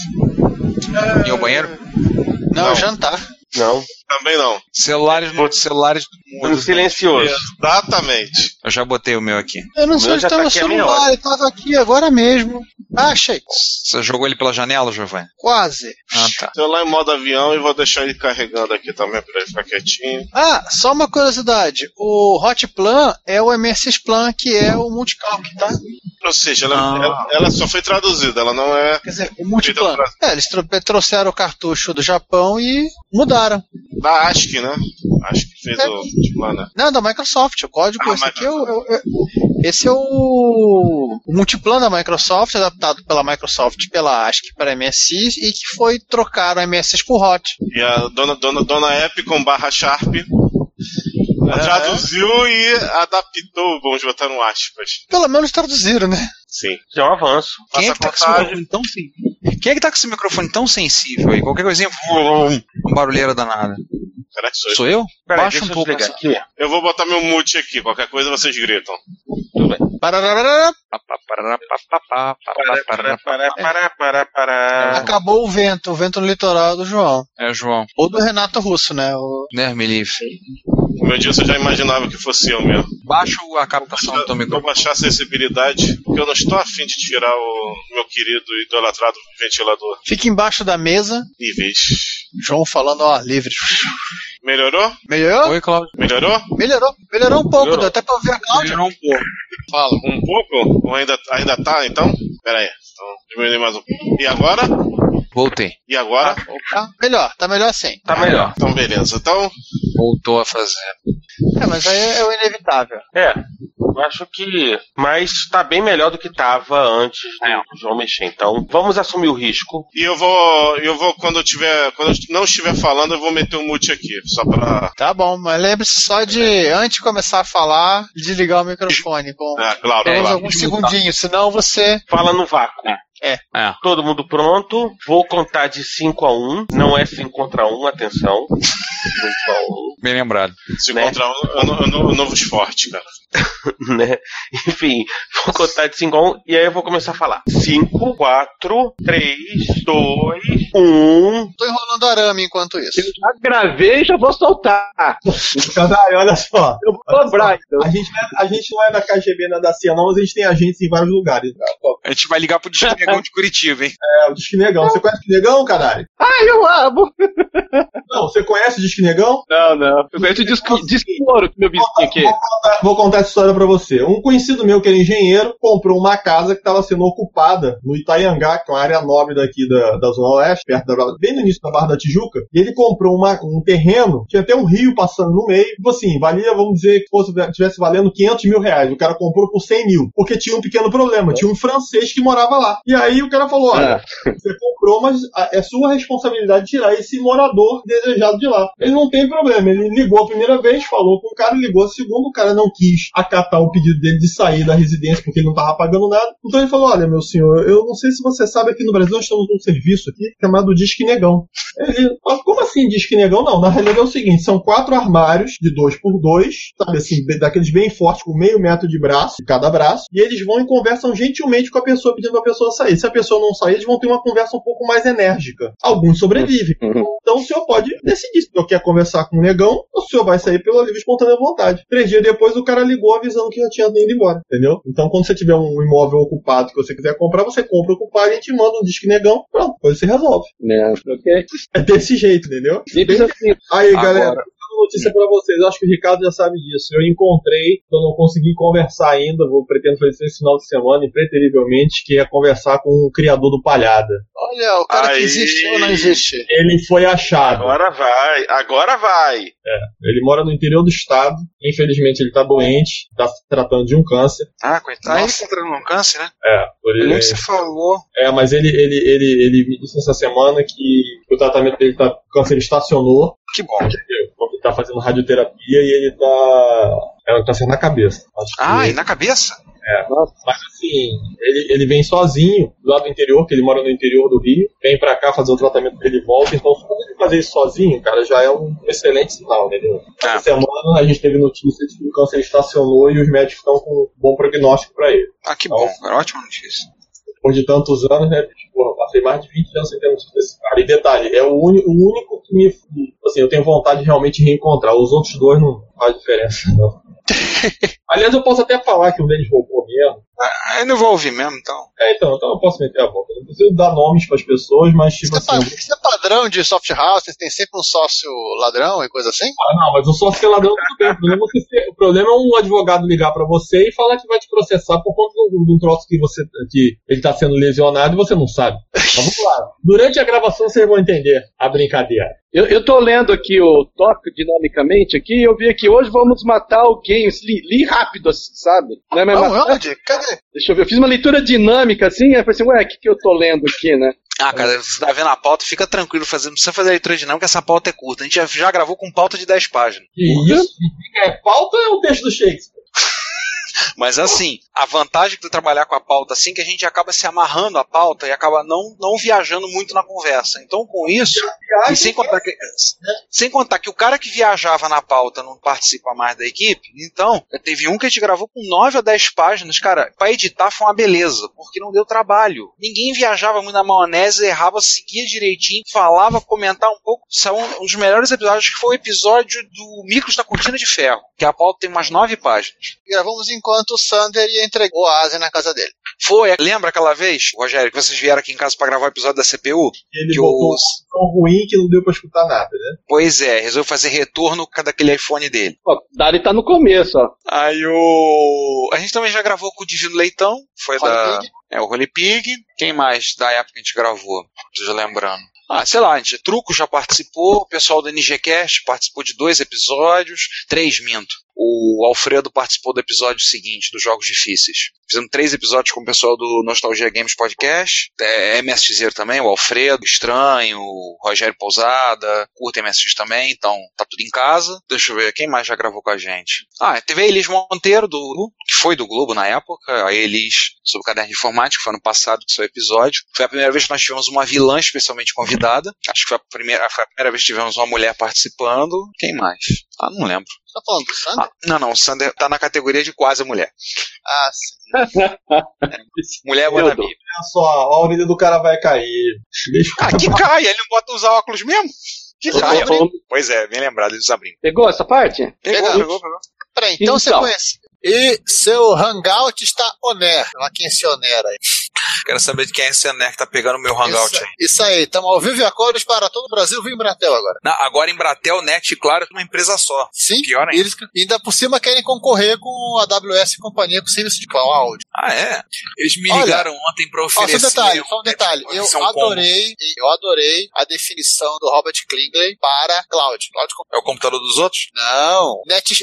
E o banheiro? Não, Não. jantar. Não, Também não. Celulares, celulares no silencioso. Exatamente. Eu já botei o meu aqui. Eu não O sei meu onde já está tá meu aqui há meia celular, hora. ele estava aqui agora mesmo. Ah, achei. Você jogou ele pela janela, Giovanni? Quase. Ah, tá. Celular em modo avião e vou deixar ele carregando aqui também pra ele ficar quietinho. Ah, só uma curiosidade. O Hotplan é o M S Plan, que é o Multicalc, tá? Ou seja, ela, Ah. ela, ela só foi traduzida, ela não é. Quer dizer, o Multiplan. Feita no Brasil. É, eles tro- trouxeram o cartucho do Japão e mudaram. Da ASCII, né? Acho que fez É. o tipo, né? Não, da Microsoft. O código, Ah, esse aqui é o, é o- é- esse é o, o Multiplan da Microsoft, adaptado pela Microsoft pela ASCII para M S X e que foi trocar o M S X por Hot. E a dona, dona, dona Epicom barra Sharp traduziu e adaptou, vamos botar no aspas. Pelo menos traduziram, né? Sim. Já é um avanço. Quem é Passa que tá a com esse contagem. microfone tão sensível? Quem é que tá com esse microfone tão sensível aí? Qualquer coisinha, vum, um barulheira danada. Será que sou eu? Sou eu? Peraí, Baixa um pouco eu, aqui. eu vou botar meu mute aqui, qualquer coisa vocês gritam. Tudo bem. Parararara. Para, para, para, para, para. Acabou o vento, o vento no litoral do João. É, João. Ou do Renato Russo, né? O... Né, me livre. Meu Deus, eu já imaginava que fosse eu mesmo. Baixa a captação do teu Vou microfone. baixar a sensibilidade, porque eu não estou afim de tirar o meu querido idolatrado ventilador. Fica embaixo da mesa. Níveis. João falando, ó, livre. Melhorou? Melhorou? Oi, Cláudio. Melhorou? Melhorou. Melhorou um pouco, Melhorou. deu até pra ouvir a Cláudia. Melhorou um pouco. Fala. Um pouco? Ou ainda, ainda tá, então? Pera aí. Então, diminui mais um pouco. E agora? Voltei. E agora? Tá melhor, tá melhor assim. Tá melhor. Então, beleza. Então, Voltou a fazer. É, mas aí é o inevitável. É, eu acho que. Mas tá bem melhor do que tava antes do João mexer. Então, vamos assumir o risco. e eu vou, eu vou quando eu tiver, quando eu não estiver falando, eu vou meter um mute aqui, só pra... Tá bom, mas lembre-se só de, antes de começar a falar, desligar o microfone. Com Ah, claro, pelo menos claro. alguns segundinhos, senão você... Fala no vácuo. É. Todo mundo pronto. Vou contar de cinco a um. Não é cinco contra um, atenção. cinco a um. Bem lembrado. Se né? encontrar um, um, um, um novo esporte, cara. Né? Enfim, vou contar de cinco a um e aí eu vou começar a falar. cinco, quatro, três, dois, um. Tô enrolando arame enquanto isso. Eu já gravei e já vou soltar. Cadário, olha só. Eu vou cobrar, então. A gente, não é, a gente não é da K G B, não é da C I A, não, mas a gente tem agentes em vários lugares. A gente vai ligar pro Disque de Curitiba, hein? É, o Disque Negão. Você conhece o Disque Negão, Cadário? Ai, eu amo. Não, você conhece o Disque Negão? Não, não. Eu conheço o disco, disco ouro que meu vizinho aqui. Vou contar, vou contar essa história pra você. Um conhecido meu, que era engenheiro, comprou uma casa que estava sendo ocupada no Itaiangá, que é uma área nobre daqui da, da Zona Oeste, perto da, bem no início da Barra da Tijuca, e ele comprou uma, um terreno, tinha até um rio passando no meio, tipo assim, valia, vamos dizer, que fosse, tivesse valendo quinhentos mil reais. O cara comprou por cem mil, porque tinha um pequeno problema, tinha um francês que morava lá. E aí o cara falou, olha, você comprou, mas é sua responsabilidade tirar esse morador desejado de lá. Ele não tem problema, ele ligou a primeira vez, falou com o cara, ligou a segunda, o cara não quis acatar o pedido dele de sair da residência porque ele não tava pagando nada. Então ele falou, olha, meu senhor, eu não sei se você sabe, aqui no Brasil nós temos um serviço aqui chamado Disque Negão. Ele, como assim Disque Negão? Não, na realidade é o seguinte, são quatro armários de dois por dois, sabe assim, daqueles bem fortes, com meio metro de braço, de cada braço, e eles vão e conversam gentilmente com a pessoa, pedindo pra pessoa sair. Se a pessoa não sair, eles vão ter uma conversa um pouco mais enérgica. Alguns sobrevivem. Então o senhor pode decidir se o senhor quer conversar com o negão, ou se o senhor vai sair pela livre e espontânea vontade. Três dias depois o cara ligou avisando que já tinha ido embora, entendeu? Então quando você tiver um imóvel ocupado que você quiser comprar, você compra ocupado e a gente manda um Disque Negão, pronto, depois você resolve. É, ok. É desse jeito, entendeu? Simples assim. Aí, Agora- galera, uma notícia pra vocês, eu acho que o Ricardo já sabe disso. Eu encontrei, eu não consegui conversar ainda, vou pretendo fazer isso esse final de semana, impreterivelmente, que é conversar com o criador do Palhada. Olha, o cara Aí. que existe ou não existe. Ele foi achado. Agora vai, agora vai. Ele mora no interior do estado, infelizmente ele tá doente, tá se tratando de um câncer. Ah, coitado. Aí Nossa. ele tá entrando num câncer, né? É, Eu ele, lembro que você falou. é mas ele, ele, ele, ele me disse essa semana que o tratamento dele tá, o câncer estacionou, Que bom. ele tá fazendo radioterapia e ele tá, é um câncer na cabeça. Acho que- Ah, e na cabeça? Mas assim, ele, ele vem sozinho, do lado do interior, que ele mora no interior do Rio, vem pra cá fazer o tratamento dele e volta, então só ele fazer isso sozinho, cara, já é um excelente sinal, entendeu? Ah. Essa semana a gente teve notícia de que o câncer estacionou e os médicos estão com um bom prognóstico pra ele. Ah, que bom. Era ótima notícia. Depois de tantos anos, né, tipo, passei mais de vinte anos sem ter notícia desse cara. E detalhe, é o, uni- o único que me, assim, eu tenho vontade de realmente reencontrar. Os outros dois não faz diferença, não. Aliás, eu posso até falar que um deles roubou mesmo. Ah, eu não vou ouvir mesmo, então. É, então, então eu posso meter a boca. Não preciso dar nomes pras pessoas, mas tipo Isso é, assim. pa- isso é padrão de soft house, tem sempre um sócio ladrão e coisa assim? Ah, não, mas o sócio ser ladrão tudo bem. O problema, é você ser- o problema é um advogado ligar pra você e falar que vai te processar por conta de um- de um troço que você que ele tá sendo lesionado e você não sabe. Mas vamos lá. Durante a gravação vocês vão entender a brincadeira. Eu, eu tô lendo aqui o tópico dinamicamente aqui e eu vi aqui, hoje vamos matar alguém. Li, li rápido, assim, sabe? Não é mais Não, matar- onde? Cadê? Deixa eu ver, eu fiz uma leitura dinâmica assim, aí eu falei assim, ué, o que, que eu tô lendo aqui, né? Ah, cara, você tá vendo a pauta, fica tranquilo, fazer, não precisa fazer leitura dinâmica, essa pauta é curta. A gente já, já gravou com pauta de dez páginas. E isso é pauta ou é o texto do Shakespeare? Mas assim, a vantagem de trabalhar com a pauta assim, que a gente acaba se amarrando à pauta e acaba não, não viajando muito na conversa. Então, com isso, e sem contar, que, sem contar que o cara que viajava na pauta não participa mais da equipe, então, teve um que a gente gravou com nove ou dez páginas, cara, pra editar foi uma beleza, porque não deu trabalho. Ninguém viajava muito na maionese, errava, seguia direitinho, falava, comentava um pouco. São um dos melhores episódios, que foi o episódio do Micros da Cortina de Ferro, que a pauta tem umas nove páginas. Gravamos enquanto o Sander ia entregar o Asa na casa dele. Foi, lembra aquela vez, Rogério, que vocês vieram aqui em casa pra gravar o episódio da C P U? Ele que botou os... tão ruim que não deu pra escutar nada, né? Pois é, resolveu fazer retorno daquele iPhone dele. Ó, Dari tá no começo, ó. Aí o... A gente também já gravou com o Divino Leitão, foi Holy da... Pig. É, o Holy Pig. Quem mais da época que a gente gravou? Tô já lembrando. Ah, sei lá, a gente, Truco já participou, o pessoal do N G Cast participou de dois episódios, três, minto. O Alfredo participou do episódio seguinte, dos Jogos Difíceis. Fizemos três episódios com o pessoal do Nostalgia Games Podcast, é, M S X também, o Alfredo, Estranho, o Rogério Pousada, curta M S X também, então tá tudo em casa. Deixa eu ver, quem mais já gravou com a gente? Ah, teve a Elis Monteiro, do, que foi do Globo na época, a Elis sobre o Caderno de Informática, que foi ano passado que saiu o episódio. Foi a primeira vez que nós tivemos uma vilã especialmente convidada, acho que foi a primeira, foi a primeira vez que tivemos uma mulher participando. Quem mais? Ah, não lembro. Você tá falando do Sander? Ah, não, não, o Sander tá na categoria de quase mulher. Ah, sim. É, mulher é boa da Bíblia. Olha só, a orelha do cara vai cair. Deixa o Ah, cara- que cai, ele não bota usar óculos mesmo? Que Ô, cai, ô, ô, Pois é, bem lembrado, eles abrindo. Pegou essa parte? Pegou, Pegou. pegou, pegou. Peraí, então, Então. sequência. E seu Hangout está oner. Olha quem é esse oner aí. Quero saber de quem é esse Aner que tá pegando o meu hangout Isso, aí. isso aí, estamos ao vivo e a cores para todo o Brasil, viu, Bratel agora. Não, agora em Bratel, Net, claro, é uma empresa só. Sim, Pior ainda. eles ainda por cima querem concorrer com a A W S e companhia com serviço de cloud. Ah, é? Eles me Olha, ligaram ontem pra Ó, só oferecer... um detalhe, só um detalhe. Eu Isso é um combo. adorei, eu adorei a definição do Robert Klingley para cloud. Cloud com- É o computador dos outros? Não, net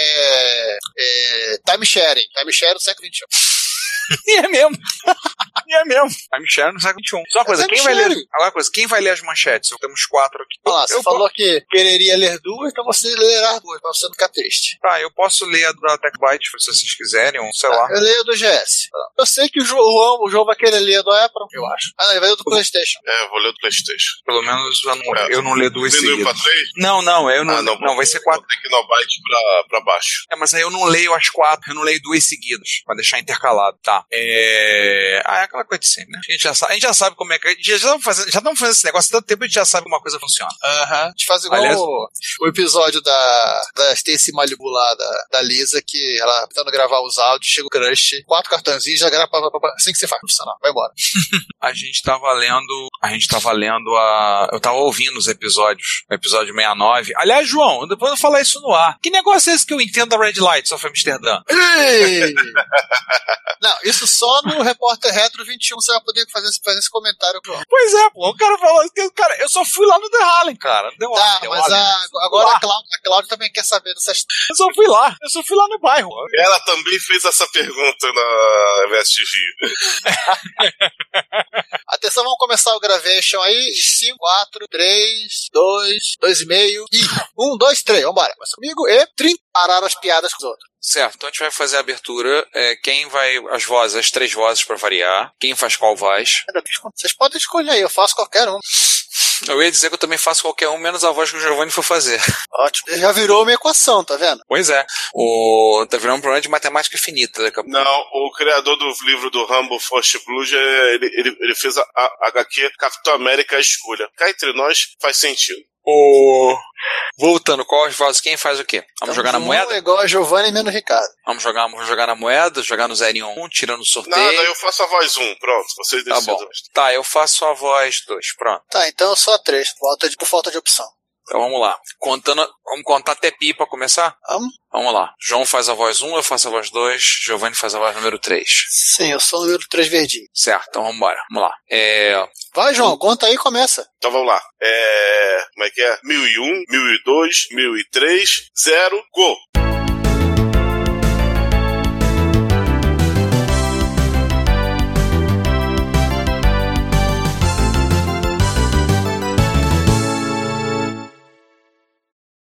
é, é time sharing, time sharing do século vinte e um. E é mesmo. E é mesmo. A Michelle no século vinte e um. Só uma coisa, É quem vai ler... Michelle. Agora uma coisa, quem vai ler as manchetes? Eu temos quatro aqui. Olha lá, você eu falou que quereria ler duas, então você lerá duas, pra você não ficar triste. Tá, eu posso ler a da TechByte, se vocês quiserem, ou sei lá. Eu leio do G S. Eu sei que o João, o João vai querer ler do Apple, eu acho. Ah, não, ele vai ler do PlayStation. É, vou ler do PlayStation. Pelo menos eu não, É. eu não leio duas Diminuiu seguidas. pra três? Não, não, eu não. Ah, não, não, vai ser quatro. Vou ter que ir no byte pra, pra baixo. É, mas aí eu não leio as quatro, eu não leio duas seguidas, pra deixar intercalado, tá? É... Ah, é aquela coisa de sempre, né? A gente já sabe, a gente já sabe como é que... Já estamos fazendo, já estamos fazendo esse negócio há tanto tempo, a gente já sabe como uma coisa funciona. Aham. A gente faz igual Aliás- o, o episódio da, da Stacy Malibu lá, da, da Lisa, que ela tentando gravar os áudios, chega o crush, quatro cartãozinhos, já grava, pá, pá, pá, assim que você faz, profissional, vai embora. A gente tava lendo... A gente tava lendo a... Eu tava ouvindo os episódios, o episódio sessenta e nove. Aliás, João, depois eu vou falar isso no ar. Que negócio é esse que eu entendo da Red Light, só foi Amsterdã? Ei! Não, isso só no Repórter Retro vinte e um você vai poder fazer, esse- fazer esse comentário, João. Pois é, pô, o cara falou que, cara, eu só fui lá no The Hallen, cara. Deu Tá, deu mas Hallen. a, agora a Cláudia, a Cláudia também quer saber dessas. Eu só fui lá, eu só fui lá no bairro. Ela também fez essa pergunta na V S T V. Atenção, vamos começar o Gravation aí. cinco, quatro, três, dois, dois e meio e um, dois, três. Vambora. Começa comigo e trinta. Parar as piadas com os outros. Certo, então a gente vai fazer a abertura. É, quem vai, as vozes, as três vozes pra variar. Quem faz qual voz? Vocês podem escolher aí, eu faço qualquer um. Eu ia dizer que eu também faço qualquer um, menos a voz que o Giovanni for fazer. Ótimo. Já virou uma equação, tá vendo? Pois é. O, tá virando um problema de matemática infinita daqui a pouco. Não, o criador do livro do Rambo First Blood, ele, ele, ele fez a, a H Q Capitão América a Escolha. Cá entre nós faz sentido. O... Voltando, qual as vozes? Quem faz o quê? Vamos Então, jogar na João moeda? é igual a Giovanni menos Ricardo. Vamos jogar, vamos jogar na moeda, jogar no zero e um, tirando o sorteio. Nada, eu faço a voz um. Pronto, vocês Tá decidem. bom. Tá, eu faço a voz dois. Pronto. Tá, então só três, por falta de, por falta de opção. Então vamos lá. Contando, vamos contar até pi pra começar? Vamos? Vamos lá. João faz a voz um, eu faço a voz dois, Giovanni faz a voz número três. Sim, eu sou o número três verdinho. Certo, então vamos embora. Vamos lá. É... Vai, João, conta aí e começa. Então vamos lá. É. Como é que é? mil e um, mil e dois, mil e três, zero, go!